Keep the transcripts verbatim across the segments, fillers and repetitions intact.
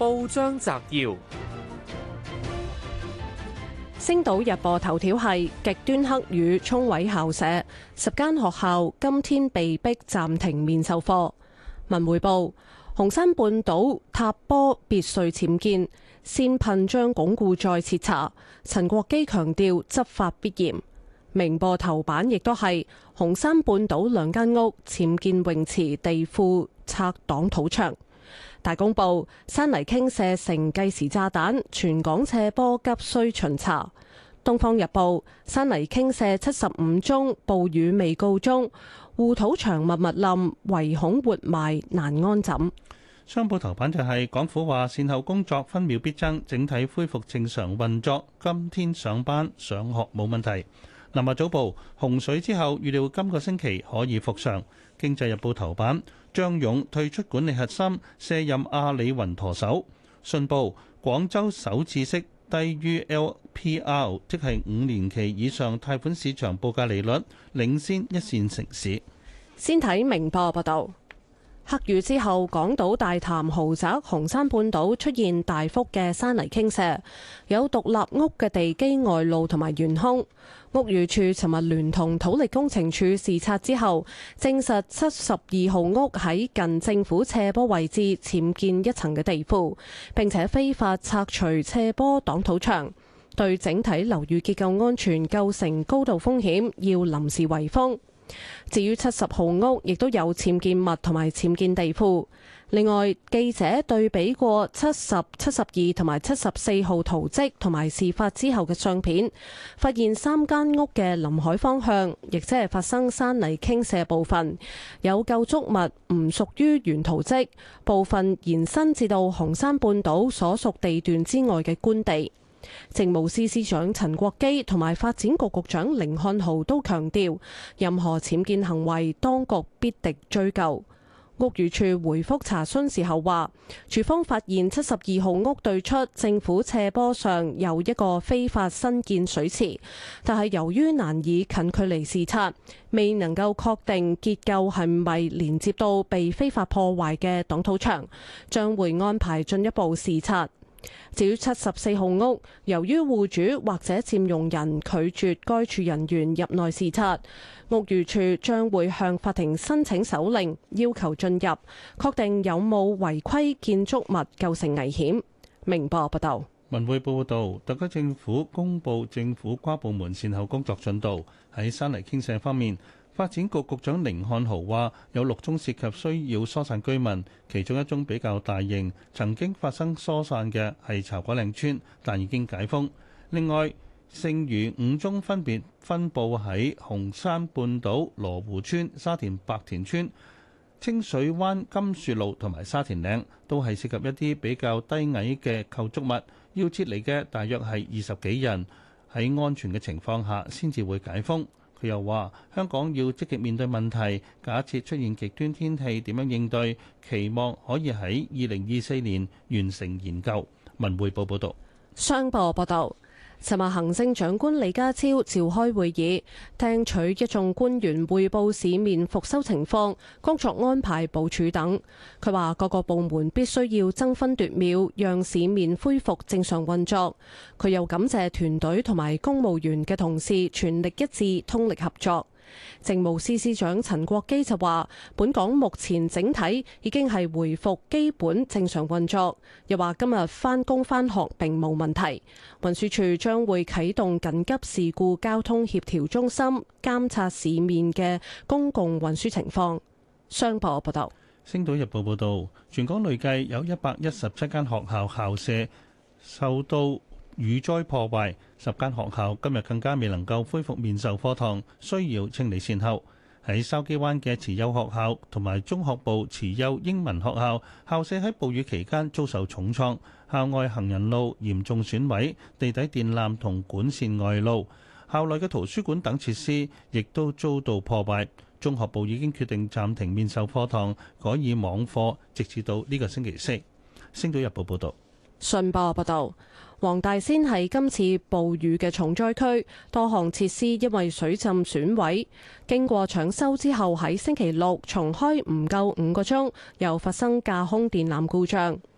報章摘要： 星島日報頭條係極端黑雨沖毀校舍，十間學校今天被逼暫停面授課。文匯報：紅山半島塔波別墅僭建，先噴漿鞏固再徹查。陳國基強調執法必嚴。明報頭版亦都係紅山半島兩間屋僭建泳池地庫拆擋土牆。大公報：山泥傾瀉成計時炸彈，全港斜坡急需巡查。東方日報：山泥傾瀉七十五宗，暴雨未告終，護土牆密密冧，唯恐活埋難安枕。 商報頭版就係港府話善後工作分秒必爭，整體恢復正常運作，今天上班上學冇問題。南華早報：洪水之後預料今個星期可以復常。經濟日報頭版：張勇退出管理核心，卸任阿里雲舵手。信報：廣州首次息低於 L P R， 即係五年期以上貸款市場報價利率，領先一線城市。 先睇明報報道。黑雨之後，港島大潭豪宅紅山半島出現大幅嘅山泥傾瀉，有獨立屋嘅地基外露同埋懸空。屋宇署尋日聯同土力工程處視察之後，證實七十二號屋喺近政府斜坡位置僭建一層嘅地庫，並且非法拆除斜坡擋土牆，對整體樓宇結構安全構成高度風險，要臨時圍封。至於七十號屋亦都有僭建物同埋僭建地庫。另外，記者對比過七十、七十二同埋七十四號圖則同埋事發之後嘅相片，發現三間屋嘅臨海方向，亦即係發生山泥傾瀉部分，有構築物唔屬於原圖則，部分延伸至到紅山半島所屬地段之外嘅官地。政務司司長陳國基同埋發展局局長甯漢豪都強調，任何僭建行為，當局必定追究。屋宇署回覆查詢時候話，署方發現七十二號屋對出政府斜坡上有一個非法新建水池，但係由於難以近距離視察，未能夠確定結構係咪連接到被非法破壞嘅擋土牆，將會安排進一步視察。至於七十四號屋，由於戶主或者佔用人拒絕該處人員入內視察，屋宇署將會向法庭申請手令，要求進入，確定有冇違規建築物構成危險。明報報道。 文匯報報道，特區政府公布政府跨部門善後工作進度。喺山泥傾瀉方面，發展局局長甯漢豪話有六宗涉及需要疏散居民，其中一宗比較大型，曾經發生疏散嘅係茶果嶺村，但已經解封。另外，剩餘五宗分別分佈喺紅山半島羅湖村、沙田白田村、清水灣金樹路同埋沙田嶺，都係涉及一啲比較低矮嘅構築物，要撤離嘅大約係二十幾人，喺安全嘅情況下先至會解封。佢又話：香港要積極面對問題，假設出現極端天氣點樣應對，期望可以喺二零二四年完成研究。文匯報報導。 商報報導。尋日行政長官李家超召開會議，聽取一眾官員匯報市面復修情況、工作安排部署等。佢話各個部門必須要爭分奪秒，讓市面恢復正常運作。佢又感謝團隊同埋公務員嘅同事全力一致、通力合作。政務司司長陳國基就話，本港目前整體已經係回復基本正常運作，又話今日返工返學並冇問題。運輸署將會啟動緊急事故交通協調中心，監察市面嘅公共運輸情況。商報報道。 星島日報報道，全港累計有一百一十七間學校校舍受到雨災破壞，十間學校今日更加未能夠恢復面授課堂，需要清理善後。喺筲箕灣嘅慈幼學校同埋中學部慈幼英文學校，校舍喺暴雨期間遭受重創，校外行人路嚴重損毀，地底電纜同管線外露，校內嘅圖書館等設施亦都遭到破壞。中學部已經決定暫停面授課堂，改以網課，直至到呢個星期四。星島日報報道。 信報報道，黃大仙係今次暴雨嘅重災區，多項設施因為水浸損毀，經過搶修之後，喺星期六重開唔夠五個鐘，又發生架空電纜故障。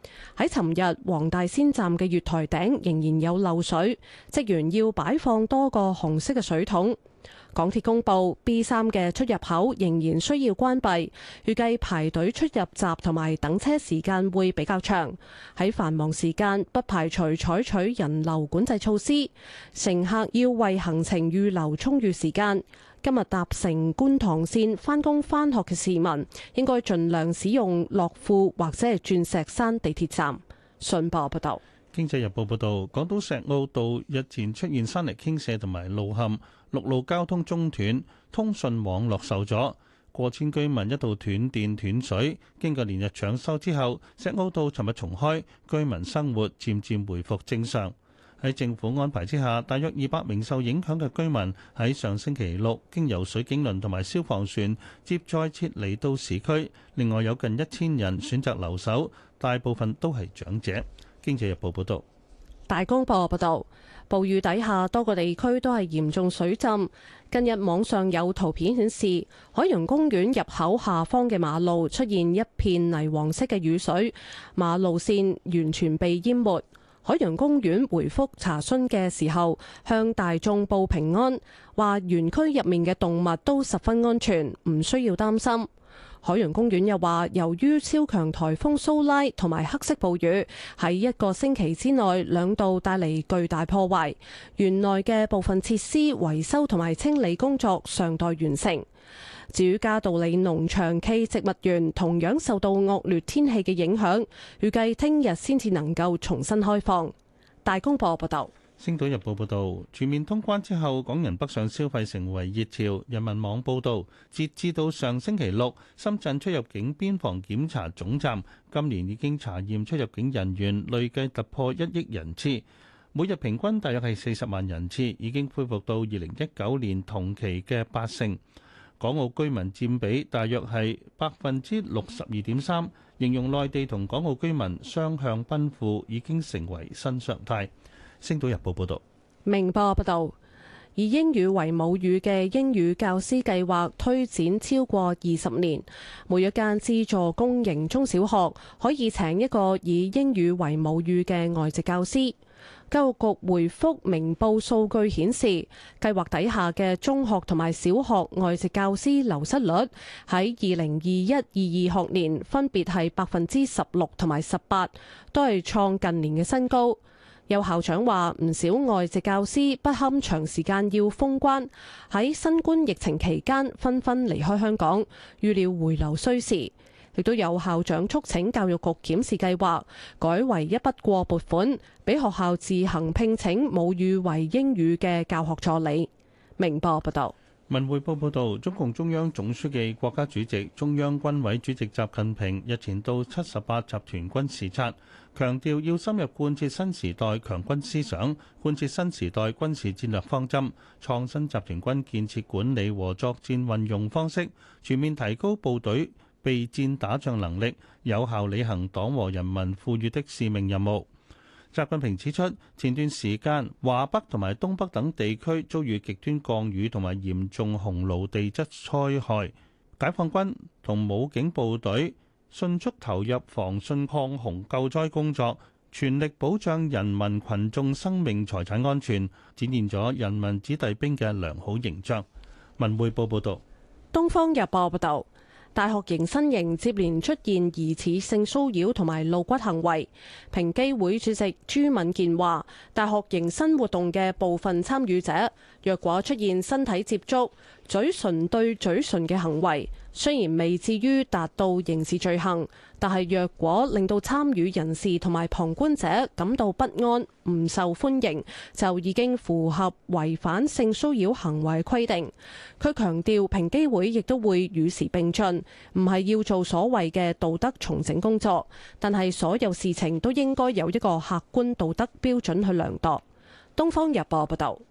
喺尋日黃大仙站嘅月台頂仍然有漏水，職員要擺放多個紅色嘅水桶。港鐵公布 B 三 嘅出入口仍然需要關閉，預計排隊出入閘同埋等車時間會比較長。喺繁忙時間不排除採取人流管制措施，乘客要為行程預留充裕時間。今日搭乘觀塘線返工返學嘅市民應該盡量使用樂富或者係鑽石山地鐵站。信報報道。 經濟日報報導，港島石澳道日前出現山泥傾瀉同埋路陷，陸路交通中斷，通訊網絡受阻，過千居民一度斷電斷水。經過連日搶修之後，石澳道尋日重開，居民生活漸漸回復正常。喺政府安排之下，大約二百名受影響嘅居民喺上星期六經由水警輪同埋消防船接載撤離到市區，另外有近一千人選擇留守，大部分都係長者。經濟日報報道。 大公報報道，暴雨底下多個地區都係嚴重水浸。近日網上有圖片顯示，海洋公園入口下方嘅馬路出現一片泥黃色嘅雨水，馬路線完全被淹沒。海洋公園回覆查詢嘅時候，向大眾報平安，話園區入面嘅動物都十分安全，唔需要擔心。海洋公園又話，由於超強颱風蘇拉同埋黑色暴雨喺一個星期之內兩度帶嚟巨大破壞，園內嘅部分設施維修同埋清理工作尚待完成。至於嘉道理農場暨植物園同樣受到惡劣天氣嘅影響，預計聽日先至能夠重新開放。大公報報道。 《星島日報》報導，全面通關之後，港人北上消費成為熱潮。人民網報導，截至到上星期六，深圳出入境邊防檢查總站今年已經查驗出入境人員累計突破一億人次，每日平均大約係四十萬人次，已經恢復到二零一九年同期嘅八成。港澳居民佔比大約係百分之六十二點三，形容內地同港澳居民雙向奔赴已經成為新常態。星島日報報道。 明報報道，以英語為母語嘅英語教師計劃推展超過二十年，每一間資助公營中小學可以請一個以英語為母語嘅外籍教師。教育局回覆明報數據顯示，計劃底下嘅中學同埋小學外籍教師流失率喺二零二一、二二學年分別係百分之十六同埋十八，都係創近年嘅新高。有校長話，唔少外籍教師不堪長時間要封關，喺新冠疫情期間紛紛離開香港，預料回流需時。亦都有校長促請教育局檢視計劃，改為一筆過撥款，俾學校自行聘請母語為英語嘅教學助理。明報報道。 文匯報報道，中共中央總書記、國家主席、中央軍委主席習近平日前到七十八集團軍視察，強調要深入貫徹新時代強軍思想，貫徹新時代軍事戰略方針，創新集團軍建設管理和作戰運用方式，全面提高部隊備戰打仗能力，有效履行黨和人民賦予的使命任務。習近平指出，前段時間華北同埋東北等地區遭遇極端降雨同埋嚴重洪澇地質災害，解放軍同武警部隊迅速投入防汛抗洪救災工作，全力保障人民群眾生命財產安全，展現咗人民子弟兵嘅良好形象。文匯報報道。 東方日報報道。大學迎新營接連出現疑似性騷擾同埋露骨行為，平機會主席朱敏健話，大學迎新活動嘅部分參與者，若果出現身體接觸、嘴唇對嘴唇嘅行為，雖然未至於達到刑事罪行，但係若果令到參與人士同埋旁觀者感到不安、唔受歡迎，就已經符合違反性騷擾行為規定。佢強調，平機會亦都會與時並進，唔係要做所謂嘅道德重整工作，但係所有事情都應該有一個客觀道德標準去量度。東方日報報道。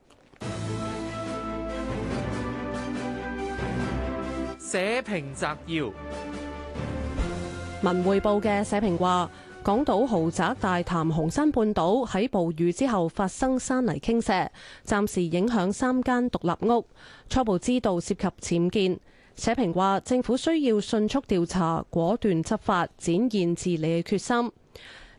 社評摘要： 文匯報嘅社評話，港島豪宅大潭紅山半島喺暴雨之後發生山泥傾瀉，暫時影響三間獨立屋，初步知道涉及僭建。社評話，政府需要迅速調查，果斷執法，展現治理嘅決心。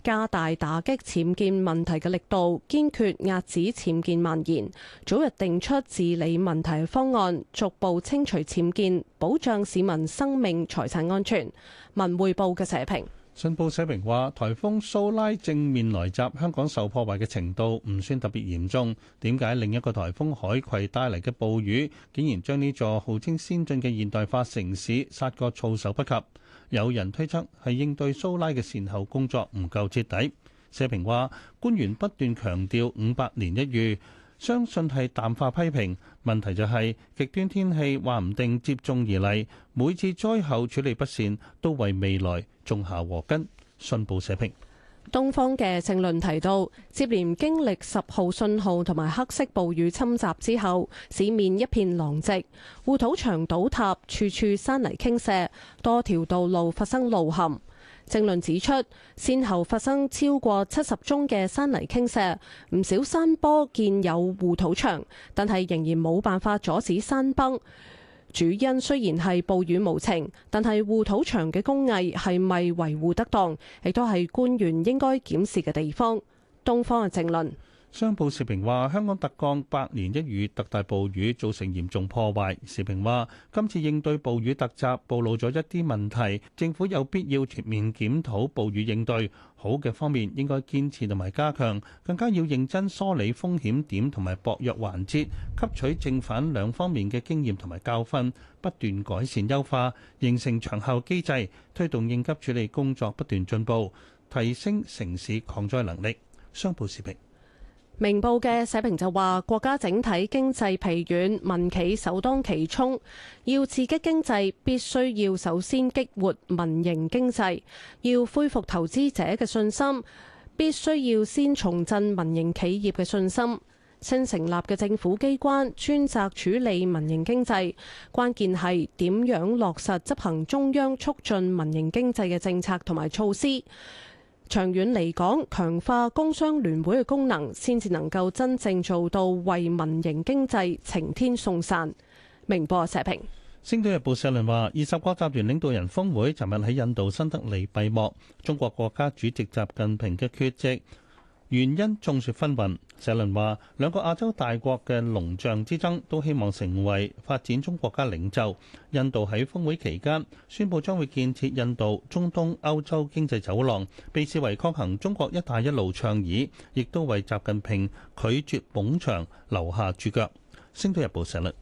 加大打擊僭建問題嘅力度，堅決遏止僭建蔓延，早日定出治理問題方案，逐步清除僭建，保障市民生命財產安全。文匯報嘅社評。 信報社評話，颱風蘇拉正面來襲，香港受破壞嘅程度唔算特別嚴重。點解另一個颱風海葵帶嚟嘅暴雨，竟然將呢座號稱先進嘅現代化城市殺個措手不及？有人推測係應對蘇拉嘅善後工作唔夠徹底。社評話，官員不斷強調五百年一遇，相信係淡化批評。問題就係極端天氣話唔定接踵而嚟，每次災後處理不善，都為未來種下禍根。信報社評。 東方嘅政論提到，接連經歷十號信號同埋黑色暴雨侵襲之後，市面一片狼藉，護土牆倒塌，處處山泥傾瀉，多條道路發生路陷。政論指出，先後發生超過七十宗嘅山泥傾瀉，唔少山坡建有護土牆，但係仍然冇辦法阻止山崩。主因雖然係暴雨無情，但係護土牆嘅工藝係咪維護得當，亦都係官員應該檢視嘅地方。東方嘅政論。 商報時評話，香港特降百年一遇特大暴雨造成嚴重破壞。時評話，今次應對暴雨突襲暴露咗一啲問題，政府有必要全面檢討暴雨應對。好嘅方面應該堅持同埋加強，更加要認真梳理風險點同埋薄弱環節，吸取正反兩方面嘅經驗同埋教訓，不斷改善優化，形成長效機制，推動應急處理工作不斷進步，提升城市抗災能力。商報時評。 明報嘅社評就話，國家整體經濟疲軟，民企首當其衝，要刺激經濟，必須要首先激活民營經濟，要恢復投資者嘅信心，必須要先重振民營企業嘅信心。新成立嘅政府機關專責處理民營經濟，關鍵係點樣落實執行中央促進民營經濟嘅政策同埋措施。長遠嚟講，強化工商聯會嘅功能，先至能夠真正做到為民營經濟晴天送傘。明報社評。 星島日報社論話，二十國集團領導人峰會尋日喺印度新德里閉幕，中國國家主席習近平嘅缺席原因眾說紛紜。社論話，兩個亞洲大國嘅龍象之爭都希望成為發展中國家領袖。印度喺峰會期間宣布將會建設印度、中東、歐洲經濟走廊，被視為抗衡中國一帶一路倡議，亦都為習近平拒絕捧場留下注腳。星島日報社論。